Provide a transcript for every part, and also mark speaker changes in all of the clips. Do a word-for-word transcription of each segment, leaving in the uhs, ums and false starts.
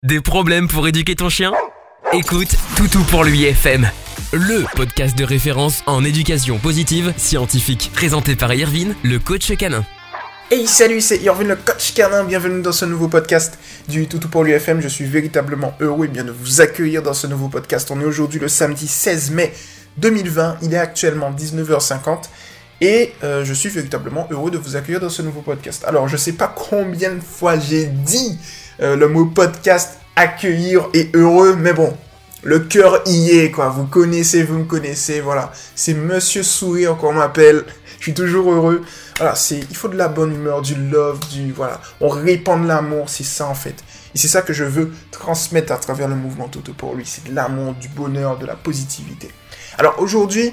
Speaker 1: Des problèmes pour éduquer ton chien ? Écoute Toutou pour lui F M, le podcast de référence en éducation positive scientifique, présenté par Irvine, le coach canin.
Speaker 2: Hey salut, c'est Irvine le coach canin, bienvenue dans ce nouveau podcast du Toutou pour l'U F M. Je suis véritablement heureux et bien de vous accueillir dans ce nouveau podcast. On est aujourd'hui le samedi seize mai deux mille vingt, il est actuellement dix-neuf heures cinquante et euh, je suis véritablement heureux de vous accueillir dans ce nouveau podcast. Alors je sais pas combien de fois j'ai dit euh, le mot podcast, accueillir et heureux, mais bon, le cœur y est quoi, vous connaissez, vous me connaissez, voilà, c'est Monsieur Sourire qu'on m'appelle, je suis toujours heureux. Voilà, c'est, il faut de la bonne humeur, du love, du, voilà, on répand de l'amour, c'est ça en fait. Et c'est ça que je veux transmettre à travers le mouvement Toutou pour lui, c'est de l'amour, du bonheur, de la positivité. Alors aujourd'hui,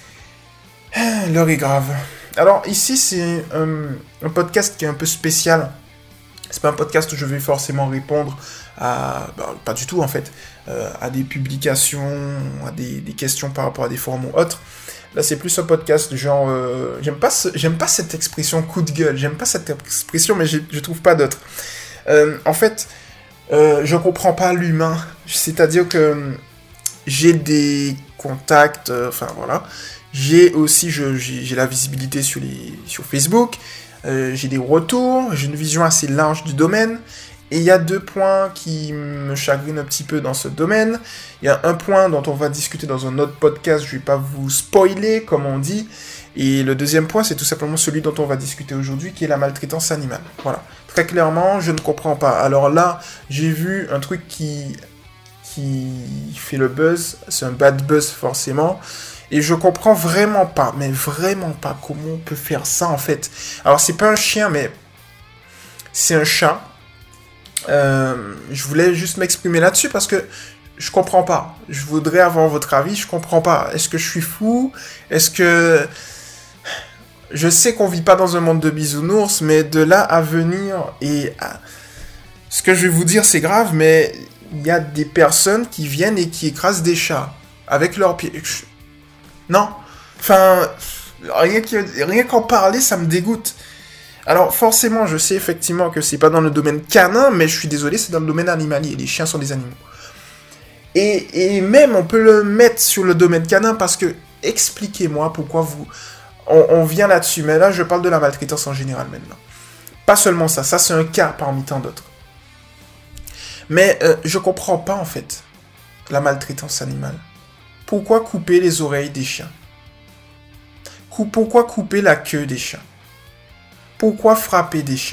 Speaker 2: l'heure est grave. Alors ici c'est un, un podcast qui est un peu spécial. C'est pas un podcast où je vais forcément répondre à, bah, pas du tout en fait, euh, à des publications, à des, des questions par rapport à des forums ou autres. Là, c'est plus un podcast genre... Euh, j'aime pas ce, j'aime pas cette expression coup de gueule. J'aime pas cette expression, mais je trouve pas d'autre. Euh, en fait, euh, je comprends pas l'humain. C'est-à-dire que j'ai des contacts... Euh, enfin, voilà. J'ai aussi... Je, j'ai, j'ai la visibilité sur, les, sur Facebook. Euh, j'ai des retours. J'ai une vision assez large du domaine. Et il y a deux points qui me chagrinent un petit peu dans ce domaine. Il y a un point dont on va discuter dans un autre podcast, je ne vais pas vous spoiler, comme on dit. Et le deuxième point, c'est tout simplement celui dont on va discuter aujourd'hui, qui est la maltraitance animale. Voilà. Très clairement, je ne comprends pas. Alors là, j'ai vu un truc qui, qui fait le buzz. C'est un bad buzz, forcément. Et je comprends vraiment pas, mais vraiment pas comment on peut faire ça, en fait. Alors, c'est pas un chien, mais c'est un chat. Euh, je voulais juste m'exprimer là-dessus parce que je comprends pas. Je voudrais avoir votre avis, je comprends pas. Est-ce que je suis fou ? Est-ce que... Je sais qu'on vit pas dans un monde de bisounours, mais de là à venir et... À... Ce que je vais vous dire, c'est grave, mais il y a des personnes qui viennent et qui écrasent des chats avec leurs pieds. Non. Enfin, rien, qui... rien qu'en parler, ça me dégoûte. Alors forcément, je sais effectivement que c'est pas dans le domaine canin, mais je suis désolé, c'est dans le domaine animalier. Les chiens sont des animaux. Et, et même, on peut le mettre sur le domaine canin parce que, expliquez-moi pourquoi vous... On, on vient là-dessus, mais là, je parle de la maltraitance en général maintenant. Pas seulement ça, ça c'est un cas parmi tant d'autres. Mais euh, je comprends pas en fait la maltraitance animale. Pourquoi couper les oreilles des chiens ? Pourquoi couper la queue des chiens ? Pourquoi frapper des chiens ?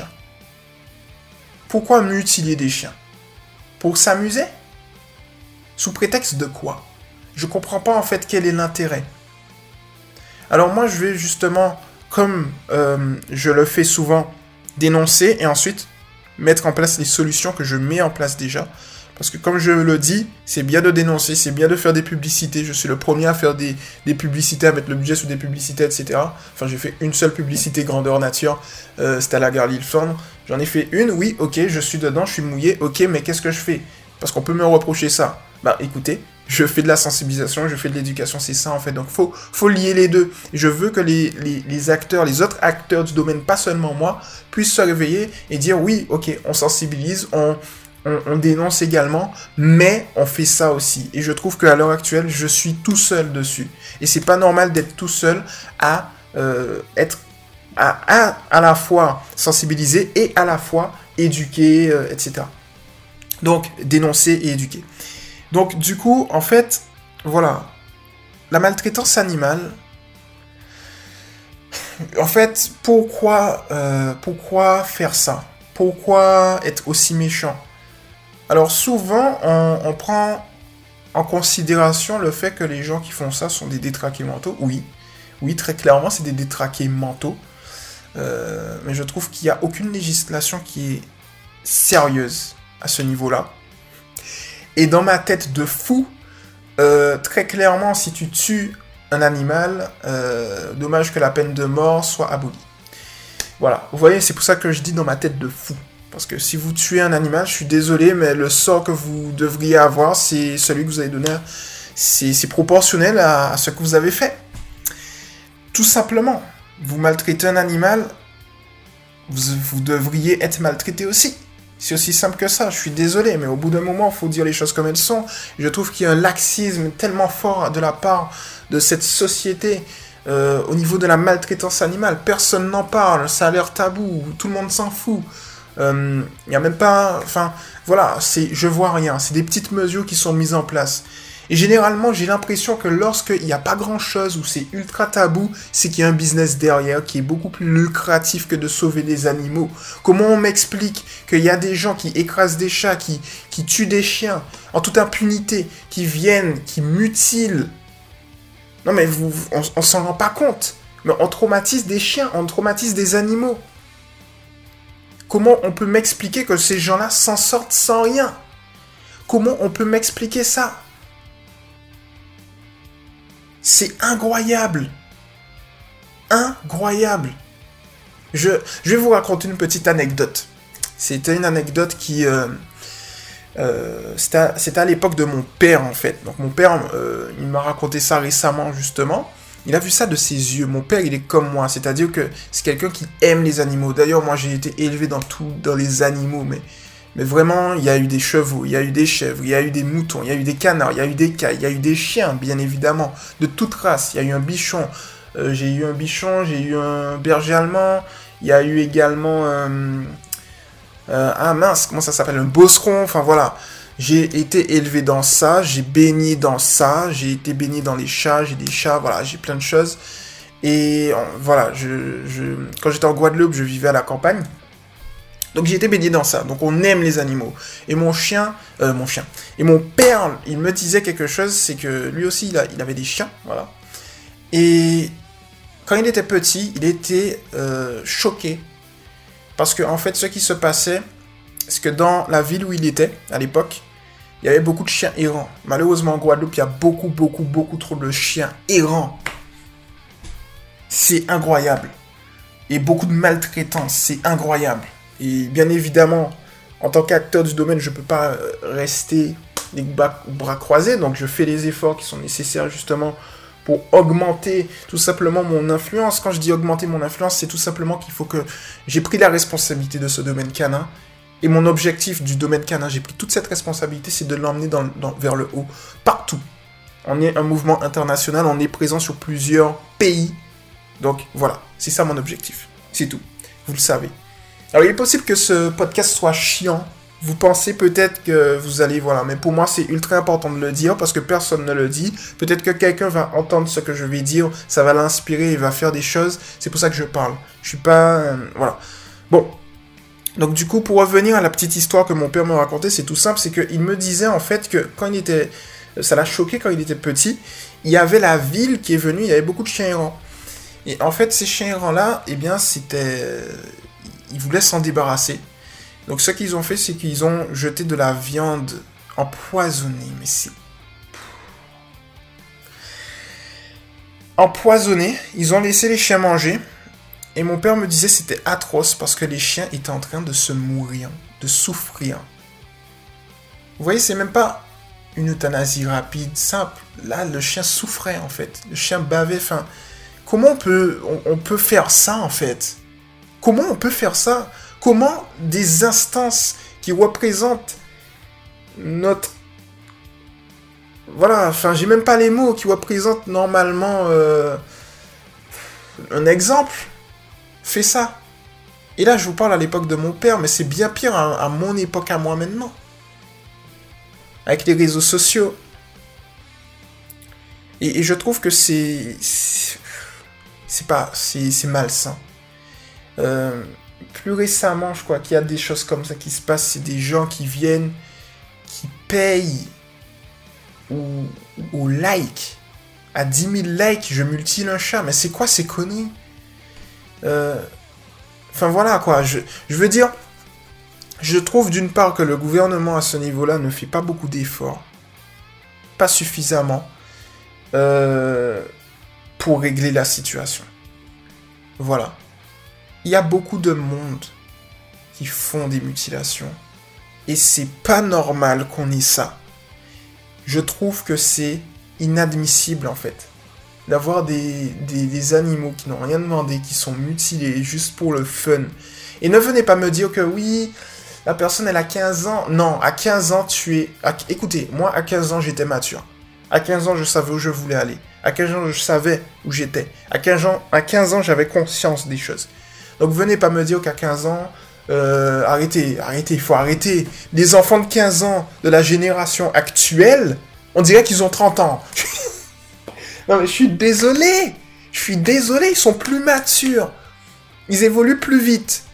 Speaker 2: Pourquoi mutiler des chiens ? Pour s'amuser ? Sous prétexte de quoi ? Je comprends pas en fait quel est l'intérêt. Alors moi je vais justement, comme euh, je le fais souvent, dénoncer et ensuite mettre en place les solutions que je mets en place déjà. Parce que comme je le dis, c'est bien de dénoncer, c'est bien de faire des publicités. Je suis le premier à faire des, des publicités, à mettre le budget sur des publicités, et cetera. Enfin, j'ai fait une seule publicité grandeur nature, euh, c'était à la gare Lille-Flandre. J'en ai fait une, oui, ok, je suis dedans, je suis mouillé, ok, mais qu'est-ce que je fais ? Parce qu'on peut me reprocher ça. Bah écoutez, je fais de la sensibilisation, je fais de l'éducation, c'est ça en fait. Donc faut, faut lier les deux. Je veux que les, les, les acteurs, les autres acteurs du domaine, pas seulement moi, puissent se réveiller et dire oui, ok, on sensibilise, on... On, on dénonce également, mais on fait ça aussi. Et je trouve qu'à l'heure actuelle, je suis tout seul dessus. Et c'est pas normal d'être tout seul à euh, être à, à, à la fois sensibiliser et à la fois éduquer, euh, et cetera. Donc, dénoncer et éduquer. Donc, du coup, en fait, voilà. La maltraitance animale, en fait, pourquoi, euh, pourquoi faire ça ? Pourquoi être aussi méchant ? Alors souvent, on, on prend en considération le fait que les gens qui font ça sont des détraqués mentaux. Oui, oui, très clairement, c'est des détraqués mentaux. Euh, mais je trouve qu'il n'y a aucune législation qui est sérieuse à ce niveau-là. Et dans ma tête de fou, euh, très clairement, si tu tues un animal, euh, dommage que la peine de mort soit abolie. Voilà, vous voyez, c'est pour ça que je dis dans ma tête de fou. Parce que si vous tuez un animal, je suis désolé, mais le sort que vous devriez avoir, c'est celui que vous avez donné. C'est, c'est proportionnel à, à ce que vous avez fait. Tout simplement. Vous maltraitez un animal, vous, vous devriez être maltraité aussi. C'est aussi simple que ça, je suis désolé, mais au bout d'un moment, il faut dire les choses comme elles sont. Je trouve qu'il y a un laxisme tellement fort de la part de cette société euh, au niveau de la maltraitance animale. Personne n'en parle, ça a l'air tabou, tout le monde s'en fout. Il euh, n'y a même pas... Enfin, voilà, c'est, je vois rien. C'est des petites mesures qui sont mises en place. Et généralement, j'ai l'impression que lorsqu'il n'y a pas grand-chose ou c'est ultra tabou, c'est qu'il y a un business derrière qui est beaucoup plus lucratif que de sauver des animaux. Comment on m'explique qu'il y a des gens qui écrasent des chats, qui, qui tuent des chiens, en toute impunité, qui viennent, qui mutilent? Non mais vous, on, on s'en rend pas compte. Mais on traumatise des chiens, on traumatise des animaux. Comment on peut m'expliquer que ces gens-là s'en sortent sans rien? Comment on peut m'expliquer ça? C'est incroyable. Incroyable. Je, je vais vous raconter une petite anecdote. C'était une anecdote qui... Euh, euh, c'était, à, c'était à l'époque de mon père, en fait. Donc mon père, euh, il m'a raconté ça récemment, justement. Il a vu ça de ses yeux. Mon père, il est comme moi. C'est-à-dire que c'est quelqu'un qui aime les animaux. D'ailleurs, moi, j'ai été élevé dans tout, dans les animaux, mais... Mais vraiment, il y a eu des chevaux, il y a eu des chèvres, il y a eu des moutons, il y a eu des canards, il y a eu des cailles, il y a eu des chiens, bien évidemment, de toute race. Il y a eu un bichon, euh, j'ai eu un bichon, j'ai eu un berger allemand, il y a eu également... Euh, euh, ah mince, comment ça s'appelle? Un bosseron, enfin voilà. J'ai été élevé dans ça, j'ai baigné dans ça, j'ai été baigné dans les chats, j'ai des chats, voilà, j'ai plein de choses. Et voilà, je, je, quand j'étais en Guadeloupe, je vivais à la campagne. Donc j'ai été baigné dans ça. Donc on aime les animaux. Et mon chien, euh, mon chien. Et mon père, il me disait quelque chose, c'est que lui aussi, il, a, il avait des chiens, voilà. Et quand il était petit, il était euh, choqué. Parce que en fait, ce qui se passait, c'est que dans la ville où il était, à l'époque, il y avait beaucoup de chiens errants. Malheureusement, en Guadeloupe, il y a beaucoup, beaucoup, beaucoup trop de chiens errants. C'est incroyable. Et beaucoup de maltraitance, c'est incroyable. Et bien évidemment, en tant qu'acteur du domaine, je ne peux pas rester les bras, bras croisés. Donc je fais les efforts qui sont nécessaires justement pour augmenter tout simplement mon influence. Quand je dis augmenter mon influence, c'est tout simplement qu'il faut que... J'ai pris la responsabilité de ce domaine canin. Et mon objectif du domaine canin, j'ai pris toute cette responsabilité, c'est de l'emmener dans, dans, vers le haut. Partout. On est un mouvement international, on est présent sur plusieurs pays. Donc voilà, c'est ça mon objectif. C'est tout. Vous le savez. Alors, il est possible que ce podcast soit chiant. Vous pensez peut-être que vous allez... Voilà, mais pour moi, c'est ultra important de le dire parce que personne ne le dit. Peut-être que quelqu'un va entendre ce que je vais dire, ça va l'inspirer, il va faire des choses. C'est pour ça que je parle. Je suis pas... Euh, voilà. Bon. Donc, du coup, pour revenir à la petite histoire que mon père me racontait, c'est tout simple. C'est qu'il me disait, en fait, que quand il était... Ça l'a choqué quand il était petit. Il y avait la ville qui est venue, il y avait beaucoup de chiens errants. Et en fait, ces chiens errants-là, eh bien, c'était... Ils voulaient s'en débarrasser. Donc ce qu'ils ont fait, c'est qu'ils ont jeté de la viande empoisonnée. Mais c'est... Empoisonnée. Ils ont laissé les chiens manger. Et mon père me disait que c'était atroce parce que les chiens étaient en train de se mourir, de souffrir. Vous voyez, c'est même pas une euthanasie rapide, simple. Là, le chien souffrait en fait. Le chien bavait. Enfin, comment on peut, on, on peut faire ça en fait ? Comment on peut faire ça? Comment des instances qui représentent notre... Voilà, enfin, j'ai même pas les mots, qui représentent normalement euh, un exemple, fait ça. Et là, je vous parle à l'époque de mon père, mais c'est bien pire à, à mon époque, à moi maintenant. Avec les réseaux sociaux. Et, et je trouve que c'est... C'est, c'est pas... C'est, c'est malsain. Euh, plus récemment, je crois qu'il y a des choses comme ça qui se passent. C'est des gens qui viennent, qui payent au, au like. À dix mille likes, je multiplie un chat. Mais c'est quoi ces conneries? euh, Enfin voilà quoi. Je, je veux dire, je trouve d'une part que le gouvernement à ce niveau-là ne fait pas beaucoup d'efforts. Pas suffisamment. Euh, pour régler la situation. Voilà. Il y a beaucoup de monde qui font des mutilations. Et c'est pas normal qu'on ait ça. Je trouve que c'est inadmissible en fait. D'avoir des, des, des animaux qui n'ont rien demandé, qui sont mutilés juste pour le fun. Et ne venez pas me dire que oui, la personne, elle a quinze ans. Non, à quinze ans, tu es... À... Écoutez, moi, à quinze ans, j'étais mature. À quinze ans, je savais où je voulais aller. À quinze ans, je savais où j'étais. À quinze ans, à quinze ans, j'avais conscience des choses. Donc, venez pas me dire qu'à quinze ans... Euh, arrêtez, arrêtez, il faut arrêter. Les enfants de quinze ans de la génération actuelle, on dirait qu'ils ont trente ans. Non, mais je suis désolé. Je suis désolé, ils sont plus matures. Ils évoluent plus vite.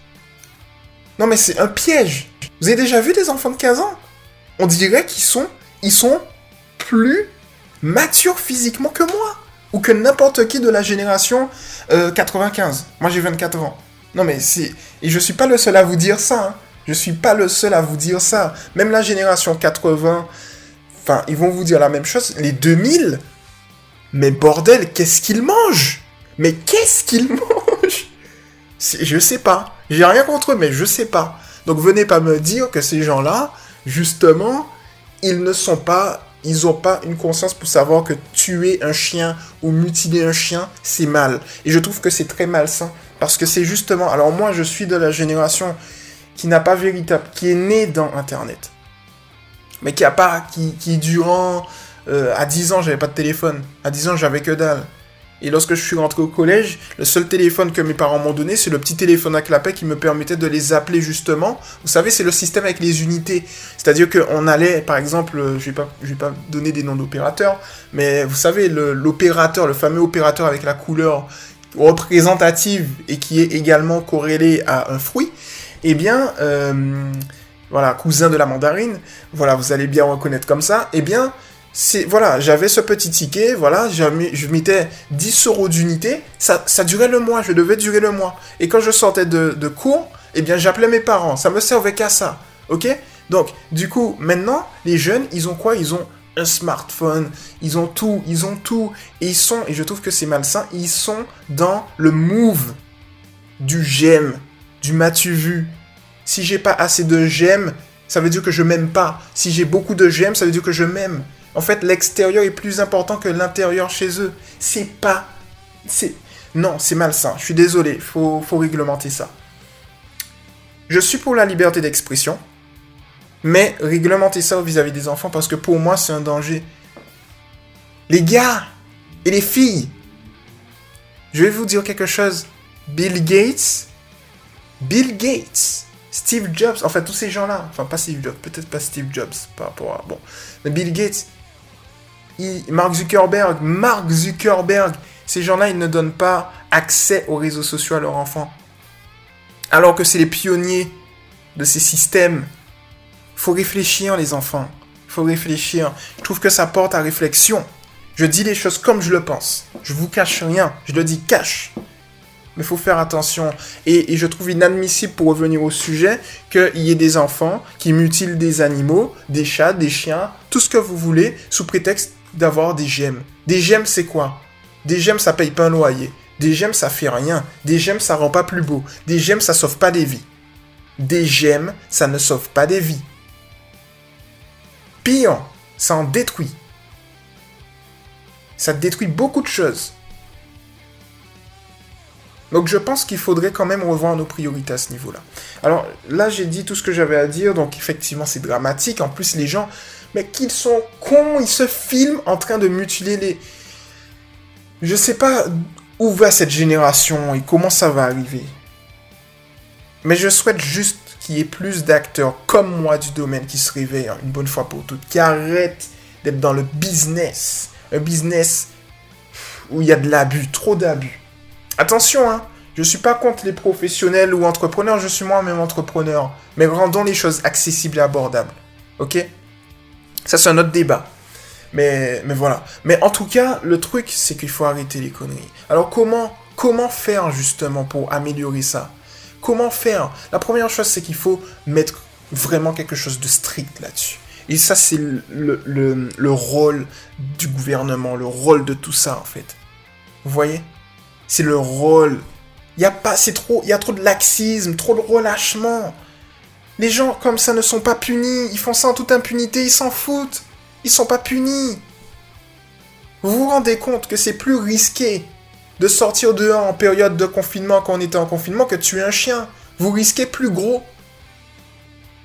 Speaker 2: Non, mais c'est un piège. Vous avez déjà vu des enfants de quinze ans? On dirait qu'ils sont, ils sont plus matures physiquement que moi. Ou que n'importe qui de la génération euh, quatre-vingt-quinze. Moi, j'ai vingt-quatre ans. Non, mais c'est... Et je suis pas le seul à vous dire ça. Hein. Je suis pas le seul à vous dire ça. Même la génération quatre-vingts, enfin, ils vont vous dire la même chose. Les deux mille, mais bordel, qu'est-ce qu'ils mangent? Mais qu'est-ce qu'ils mangent? C'est... Je sais pas. J'ai rien contre eux, mais je sais pas. Donc, venez pas me dire que ces gens-là, justement, ils ne sont pas... Ils n'ont pas une conscience pour savoir que tuer un chien ou mutiler un chien, c'est mal. Et je trouve que c'est très malsain. Parce que c'est justement... Alors moi, je suis de la génération qui n'a pas véritable... qui est née dans Internet. Mais qui a pas... Qui, qui durant... Euh, à dix ans, j'avais pas de téléphone. À dix ans, j'avais que dalle. Et lorsque je suis rentré au collège, le seul téléphone que mes parents m'ont donné, c'est le petit téléphone à clapet qui me permettait de les appeler justement. Vous savez, c'est le système avec les unités. C'est-à-dire qu'on allait, par exemple, je vais pas, je vais pas donner des noms d'opérateurs, mais vous savez, le, l'opérateur, le fameux opérateur avec la couleur représentative et qui est également corrélé à un fruit, eh bien, euh, voilà, cousin de la mandarine, voilà, vous allez bien reconnaître comme ça, eh bien, c'est, voilà, j'avais ce petit ticket, voilà, je mettais dix euros d'unité, ça, ça durait le mois, je devais durer le mois. Et quand je sortais de, de cours, eh bien, j'appelais mes parents, ça me servait qu'à ça, ok? Donc, du coup, maintenant, les jeunes, ils ont quoi? Ils ont un smartphone, ils ont tout, ils ont tout, et ils sont, et je trouve que c'est malsain, ils sont dans le move du j'aime, du m'as-tu vu? Si j'ai pas assez de j'aime, ça veut dire que je m'aime pas. Si j'ai beaucoup de j'aime, ça veut dire que je m'aime. En fait, l'extérieur est plus important que l'intérieur chez eux. C'est pas... c'est Non, c'est malsain. Je suis désolé. Faut, faut réglementer ça. Je suis pour la liberté d'expression. Mais réglementer ça vis-à-vis des enfants parce que pour moi, c'est un danger. Les gars et les filles, je vais vous dire quelque chose. Bill Gates, Bill Gates, Steve Jobs, enfin tous ces gens-là, enfin pas Steve Jobs, peut-être pas Steve Jobs par rapport à... Bon, mais Bill Gates... Il, Mark Zuckerberg, Mark Zuckerberg, ces gens-là, ils ne donnent pas accès aux réseaux sociaux à leurs enfants. Alors que c'est les pionniers de ces systèmes. Il faut réfléchir, les enfants. Il faut réfléchir. Je trouve que ça porte à réflexion. Je dis les choses comme je le pense. Je vous cache rien. Je le dis cash. Mais il faut faire attention. Et, et je trouve inadmissible, pour revenir au sujet, qu'il y ait des enfants qui mutilent des animaux, des chats, des chiens, tout ce que vous voulez, sous prétexte d'avoir des gemmes. Des gemmes, c'est quoi? Des gemmes, ça paye pas un loyer. Des gemmes, ça fait rien. Des gemmes, ça rend pas plus beau. Des gemmes, ça sauve pas des vies. Des gemmes, ça ne sauve pas des vies. Pire, ça en détruit. Ça détruit beaucoup de choses. Donc je pense qu'il faudrait quand même revoir nos priorités à ce niveau-là. Alors là, j'ai dit tout ce que j'avais à dire, donc effectivement, c'est dramatique. En plus, les gens... Mais qu'ils sont cons, ils se filment en train de mutiler les... Je sais pas où va cette génération et comment ça va arriver. Mais je souhaite juste qu'il y ait plus d'acteurs comme moi du domaine qui se réveillent une bonne fois pour toutes, qui arrêtent d'être dans le business. Un business où il y a de l'abus, trop d'abus. Attention, hein, je suis pas contre les professionnels ou entrepreneurs, je suis moi-même entrepreneur. Mais rendons les choses accessibles et abordables. Ok ? Ça, c'est un autre débat. Mais, mais voilà. Mais en tout cas, le truc, c'est qu'il faut arrêter les conneries. Alors, comment, comment faire, justement, pour améliorer ça? Comment faire? La première chose, c'est qu'il faut mettre vraiment quelque chose de strict là-dessus. Et ça, c'est le, le, le, le rôle du gouvernement, le rôle de tout ça, en fait. Vous voyez? C'est le rôle. Il y a pas, c'est trop, il y a trop de laxisme, trop de relâchement. Les gens comme ça ne sont pas punis. Ils font ça en toute impunité, ils s'en foutent. Ils sont pas punis. Vous vous rendez compte que c'est plus risqué de sortir dehors en période de confinement quand on était en confinement que de tuer un chien. Vous risquez plus gros.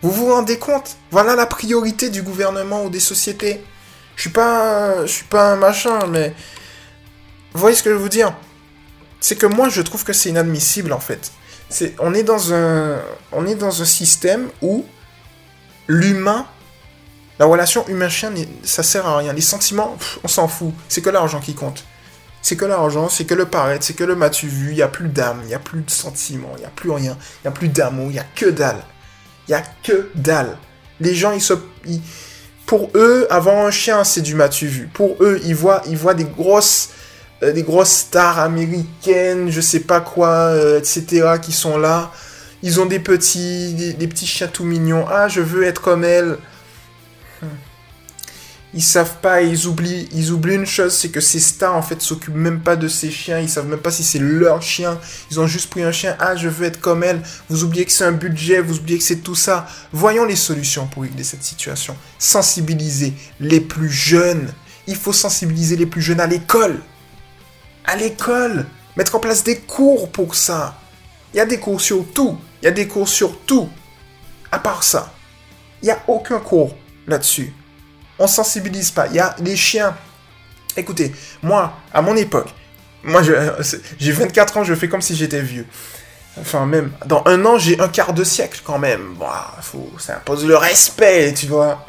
Speaker 2: Vous vous rendez compte? Voilà la priorité du gouvernement ou des sociétés. Je suis pas, je suis pas un machin, mais vous voyez ce que je veux vous dire? C'est que moi, je trouve que c'est inadmissible, en fait. C'est, on est dans un, on est dans un système où l'humain, la relation humain-chien, ça sert à rien. Les sentiments, pff, on s'en fout. C'est que l'argent qui compte. C'est que l'argent, c'est que le paraître, c'est que le m'as-tu vu. Il n'y a plus d'âme, il n'y a plus de sentiments, il n'y a plus rien. Il n'y a plus d'amour, il n'y a que dalle. Il n'y a que dalle. Les gens, ils se... Ils, pour eux, avoir un chien, c'est du m'as-tu vu. Pour eux, ils voient, ils voient des grosses... Euh, des grosses stars américaines, je sais pas quoi, euh, et cetera, qui sont là. Ils ont des petits, des, des petits chiens tout mignons. Ah, je veux être comme elle. Hmm. Ils savent pas, ils oublient, ils oublient une chose, c'est que ces stars, en fait, s'occupent même pas de ces chiens. Ils savent même pas si c'est leur chien. Ils ont juste pris un chien. Ah, je veux être comme elle. Vous oubliez que c'est un budget, vous oubliez que c'est tout ça. Voyons les solutions pour régler cette situation. Sensibiliser les plus jeunes. Il faut sensibiliser les plus jeunes à l'école. À l'école. Mettre en place des cours pour ça. Il y a des cours sur tout. Il y a des cours sur tout. À part ça, il n'y a aucun cours là-dessus. On sensibilise pas. Il y a les chiens. Écoutez, moi, à mon époque, moi, je, j'ai vingt-quatre ans, je fais comme si j'étais vieux. Enfin, même, dans un an, j'ai un quart de siècle quand même. Bon, faut, ça impose le respect, tu vois.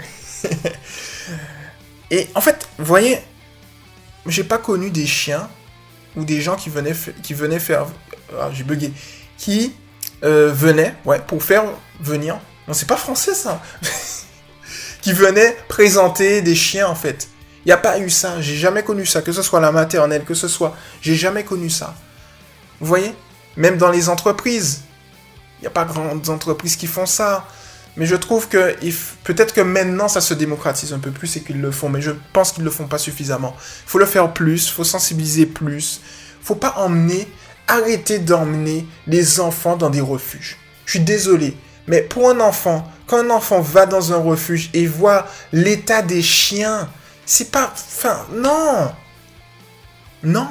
Speaker 2: Et en fait, vous voyez, j'ai pas connu des chiens ou des gens qui venaient, qui venaient faire... Ah, j'ai bugué. Qui euh, venaient, ouais, pour faire venir... Non, c'est pas français, ça. Qui venaient présenter des chiens, en fait. Il n'y a pas eu ça. J'ai jamais connu ça. Que ce soit la maternelle, que ce soit... J'ai jamais connu ça. Vous voyez? Même dans les entreprises. Il n'y a pas grandes entreprises qui font ça. Mais je trouve que... Peut-être que maintenant, ça se démocratise un peu plus et qu'ils le font. Mais je pense qu'ils ne le font pas suffisamment. Il faut le faire plus. Il faut sensibiliser plus. Il ne faut pas emmener... Arrêtez d'emmener les enfants dans des refuges. Je suis désolé. Mais pour un enfant, quand un enfant va dans un refuge et voit l'état des chiens, c'est pas... Enfin, non. Non.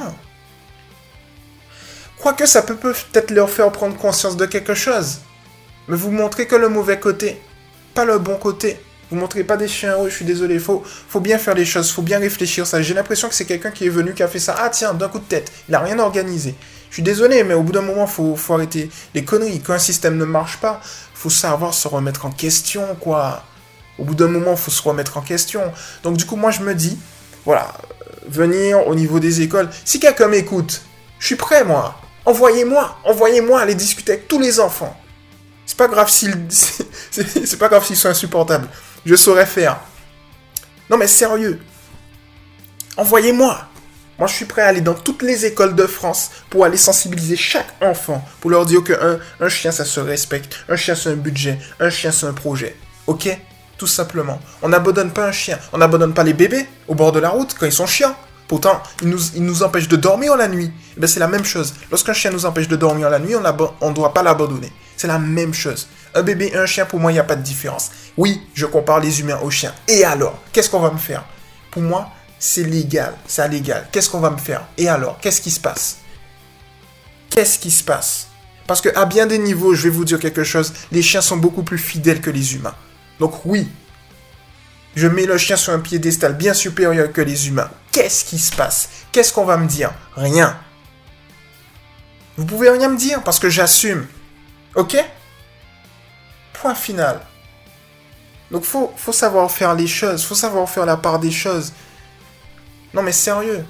Speaker 2: Quoique ça peut peut-être leur faire prendre conscience de quelque chose. Mais vous montrez que le mauvais côté, pas le bon côté. Vous montrez pas des chiens, oh, je suis désolé. Faut, faut bien faire les choses, faut bien réfléchir ça. J'ai l'impression que c'est quelqu'un qui est venu, qui a fait ça. Ah tiens, d'un coup de tête. Il a rien organisé. Je suis désolé, mais au bout d'un moment, faut, faut arrêter les conneries. Quand un système ne marche pas, faut savoir se remettre en question, quoi. Au bout d'un moment, faut se remettre en question. Donc du coup, moi, je me dis, voilà, venir au niveau des écoles. Si quelqu'un m'écoute, je suis prêt, moi. Envoyez-moi, envoyez-moi aller discuter avec tous les enfants. C'est pas grave s'ils, c'est, c'est pas grave s'ils sont insupportables. Je saurais faire. Non, mais sérieux. Envoyez-moi. Moi, je suis prêt à aller dans toutes les écoles de France pour aller sensibiliser chaque enfant. Pour leur dire qu'un un chien, ça se respecte. Un chien, c'est un budget. Un chien, c'est un projet. Ok? Tout simplement. On n'abandonne pas un chien. On n'abandonne pas les bébés au bord de la route quand ils sont chiants. Pourtant, ils nous, ils nous empêchent de dormir la nuit. Eh bien, c'est la même chose. Lorsqu'un chien nous empêche de dormir la nuit, on ne doit pas l'abandonner. C'est la même chose. Un bébé et un chien, pour moi, il n'y a pas de différence. Oui, je compare les humains aux chiens. Et alors? Qu'est-ce qu'on va me faire? Pour moi, c'est légal. C'est illégal. Qu'est-ce qu'on va me faire? Et alors? Qu'est-ce qui se passe? Qu'est-ce qui se passe? Parce qu'à bien des niveaux, je vais vous dire quelque chose, les chiens sont beaucoup plus fidèles que les humains. Donc oui, je mets le chien sur un piédestal bien supérieur que les humains. Qu'est-ce qui se passe? Qu'est-ce qu'on va me dire? Rien. Vous pouvez rien me dire parce que j'assume. Ok? Point final. Donc faut, faut savoir faire les choses, faut savoir faire la part des choses. Non mais sérieux.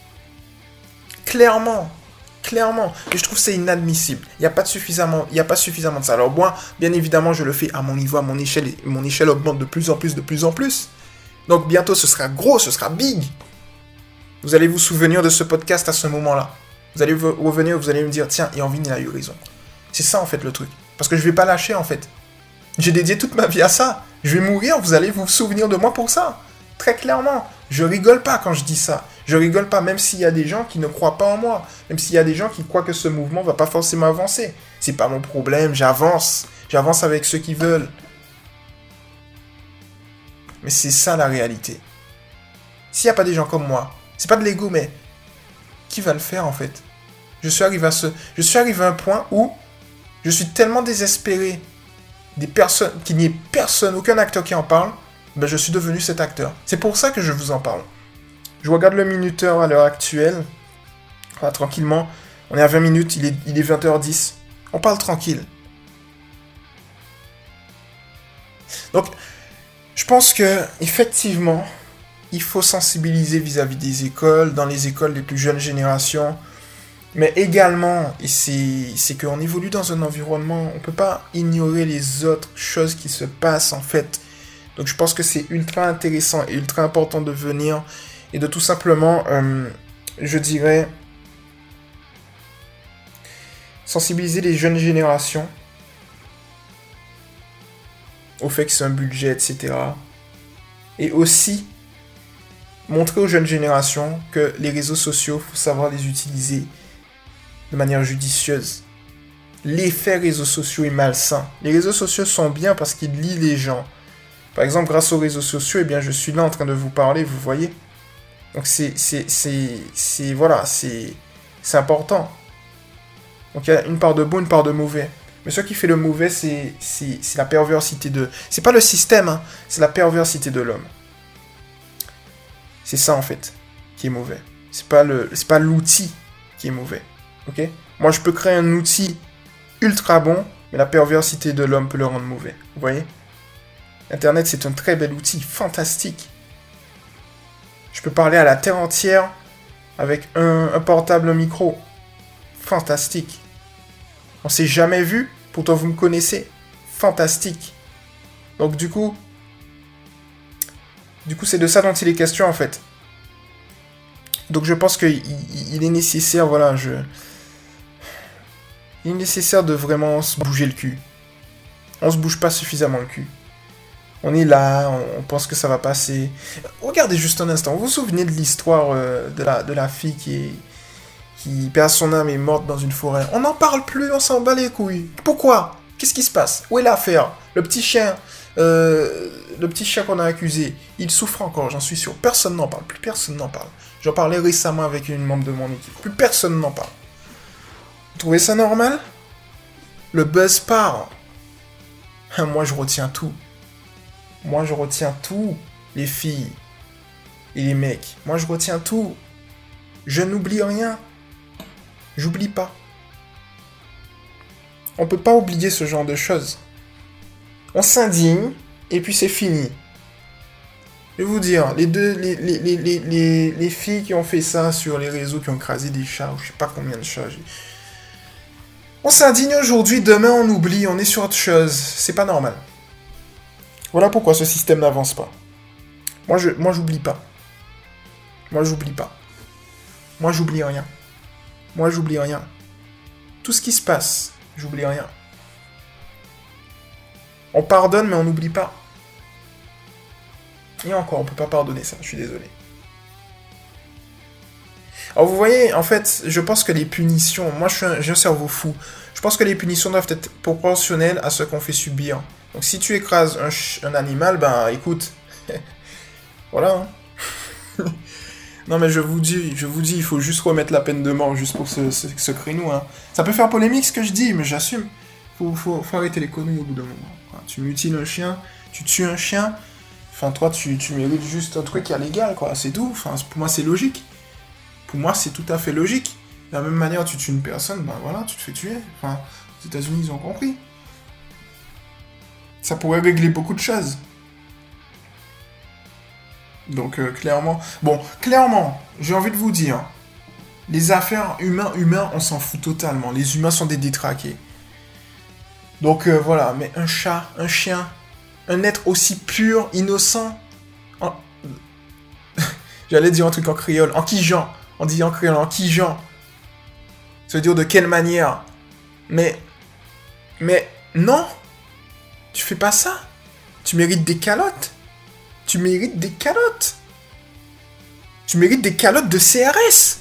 Speaker 2: Clairement. Clairement. Et je trouve que c'est inadmissible. Il n'y a pas de suffisamment, il y a pas suffisamment de ça. Alors moi, bien évidemment, je le fais à mon niveau, à mon échelle. Et mon échelle augmente de plus en plus, de plus en plus. Donc bientôt, ce sera gros, ce sera big. Vous allez vous souvenir de ce podcast à ce moment-là. Vous allez revenir, vous allez me dire, tiens, Irvine, il a eu raison. C'est ça, en fait, le truc. Parce que je vais pas lâcher, en fait. J'ai dédié toute ma vie à ça. Je vais mourir, vous allez vous souvenir de moi pour ça. Très clairement. Je rigole pas quand je dis ça. Je rigole pas, même s'il y a des gens qui ne croient pas en moi. Même s'il y a des gens qui croient que ce mouvement va pas forcément avancer. C'est pas mon problème, j'avance. J'avance avec ceux qui veulent. Mais c'est ça la réalité. S'il n'y a pas des gens comme moi, c'est pas de l'ego, mais qui va le faire en fait? Je suis arrivé à ce... Je suis arrivé à un point où je suis tellement désespéré des personnes, qu'il n'y ait personne, aucun acteur qui en parle, ben je suis devenu cet acteur. C'est pour ça que je vous en parle. Je regarde le minuteur à l'heure actuelle. Voilà, tranquillement. On est à vingt minutes, il est, il est vingt heures dix. On parle tranquille. Donc, je pense que effectivement, il faut sensibiliser vis-à-vis des écoles, dans les écoles des plus jeunes générations. Mais également, et c'est, c'est qu'on évolue dans un environnement, on ne peut pas ignorer les autres choses qui se passent en fait. Donc je pense que c'est ultra intéressant et ultra important de venir et de tout simplement, euh, je dirais, sensibiliser les jeunes générations au fait que c'est un budget, et cetera. Et aussi montrer aux jeunes générations que les réseaux sociaux, il faut savoir les utiliser de manière judicieuse. L'effet réseaux sociaux est malsain. Les réseaux sociaux sont bien parce qu'ils lient les gens. Par exemple, grâce aux réseaux sociaux, eh bien, je suis là en train de vous parler, vous voyez. Donc c'est, c'est, c'est, c'est, voilà, c'est, c'est important. Donc il y a une part de bon, une part de mauvais. Mais ce qui fait le mauvais, c'est, c'est, c'est la perversité de... C'est pas le système, hein, c'est la perversité de l'homme. C'est ça, en fait, qui est mauvais. C'est pas le, c'est pas l'outil qui est mauvais. Ok ? Moi, je peux créer un outil ultra bon, mais la perversité de l'homme peut le rendre mauvais. Vous voyez ? Internet, c'est un très bel outil, fantastique. Je peux parler à la terre entière avec un, un portable, un micro. Fantastique. On s'est jamais vu, pourtant vous me connaissez. Fantastique. Donc du coup, du coup, c'est de ça dont il est question en fait. Donc je pense qu'il il est nécessaire, voilà, je... Il est nécessaire de vraiment se bouger le cul. On se bouge pas suffisamment le cul. On est là, on pense que ça va passer. Regardez juste un instant, vous vous souvenez de l'histoire euh, de, la, de la fille qui est... qui perd son âme et est morte dans une forêt. On n'en parle plus, on s'en bat les couilles. Pourquoi ? Qu'est-ce qui se passe ? Où est l'affaire ? Le petit chien, euh, le petit chien qu'on a accusé, il souffre encore, j'en suis sûr. Personne n'en parle, plus personne n'en parle. J'en parlais récemment avec une membre de mon équipe. Plus personne n'en parle. Vous trouvez ça normal ? Le buzz part. Moi, je retiens tout. Moi, je retiens tout, les filles et les mecs. Moi, je retiens tout. Je n'oublie rien. J'oublie pas. On peut pas oublier ce genre de choses. On s'indigne, et puis c'est fini. Je vais vous dire, les deux, les, les, les, les, les, les filles qui ont fait ça sur les réseaux, qui ont écrasé des chats, ou je sais pas combien de chats. J'ai... On s'indigne aujourd'hui, demain on oublie, on est sur autre chose. C'est pas normal. Voilà pourquoi ce système n'avance pas. Moi, je, moi, j'oublie pas. Moi, j'oublie pas. Moi, j'oublie rien. Moi, j'oublie rien. Tout ce qui se passe, j'oublie rien. On pardonne, mais on n'oublie pas. Et encore, on peut pas pardonner ça, je suis désolé. Alors, vous voyez, en fait, je pense que les punitions... Moi, je suis un, j'ai un cerveau fou. Je pense que les punitions doivent être proportionnelles à ce qu'on fait subir. Donc, si tu écrases un, ch- un animal, ben, écoute... voilà, hein. Non mais je vous dis, je vous dis, il faut juste remettre la peine de mort juste pour ce, ce, ce créneau. Hein. Ça peut faire polémique ce que je dis, mais j'assume. Faut, faut, faut arrêter les conneries au bout d'un moment. Enfin, tu mutiles un chien, tu tues un chien. Enfin toi, tu, tu mérites juste un truc illégal, quoi. C'est tout. Enfin, pour moi, c'est logique. Pour moi, c'est tout à fait logique. De la même manière, tu tues une personne, ben voilà, tu te fais tuer. Enfin, aux États-Unis, ils ont compris. Ça pourrait régler beaucoup de choses. Donc, euh, clairement... Bon, clairement, j'ai envie de vous dire, les affaires humains-humains, on s'en fout totalement. Les humains sont des détraqués. Donc, euh, voilà. Mais un chat, un chien, un être aussi pur, innocent... En... J'allais dire un truc en créole. En quijan. On dit en créole, en quijan. Ça veut dire de quelle manière. Mais... Mais... Non. Tu fais pas ça. Tu mérites des calottes. Tu mérites des calottes. Tu mérites des calottes de C R S.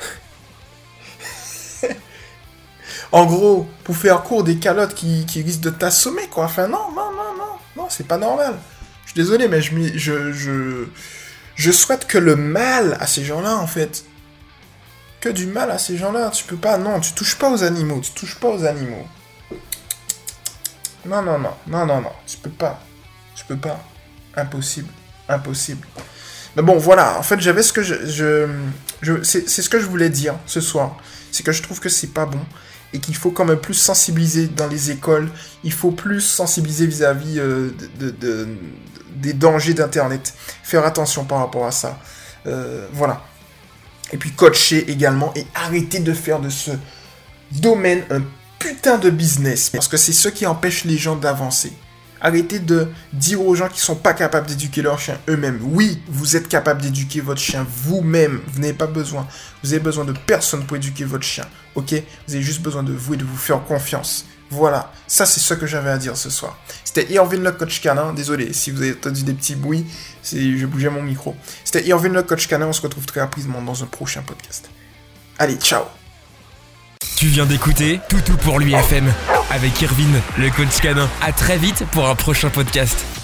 Speaker 2: En gros, pour faire court, des calottes qui, qui risquent de t'assommer, quoi. Enfin, non, non, non, non. Non, c'est pas normal. Je suis désolé, mais je, je, je, je souhaite que le mal à ces gens-là, en fait. Que du mal à ces gens-là. Tu peux pas, non, tu touches pas aux animaux. Tu touches pas aux animaux. non, non, non, non, non, non, tu peux pas, tu peux pas, impossible, impossible. Mais bon, voilà, en fait, j'avais ce que je, je, je c'est, c'est ce que je voulais dire ce soir, c'est que je trouve que c'est pas bon, et qu'il faut quand même plus sensibiliser dans les écoles, il faut plus sensibiliser vis-à-vis euh, de, de, de, des dangers d'Internet, faire attention par rapport à ça, euh, voilà. Et puis coacher également, et arrêter de faire de ce domaine un putain de business, parce que c'est ce qui empêche les gens d'avancer. Arrêtez de dire aux gens qui sont pas capables d'éduquer leur chien eux-mêmes. Oui, vous êtes capable d'éduquer votre chien vous-même. Vous n'avez pas besoin. Vous avez besoin de personne pour éduquer votre chien. Ok ? Vous avez juste besoin de vous et de vous faire confiance. Voilà. Ça, c'est ce que j'avais à dire ce soir. C'était Irvin le coach canin. Désolé si vous avez entendu des petits bruits. C'est... Je bougeais mon micro. C'était Irvin le coach canin. On se retrouve très rapidement dans un prochain podcast. Allez, ciao.
Speaker 1: Tu viens d'écouter Toutou pour l'U F M avec Irvin, le coach canin. À très vite pour un prochain podcast.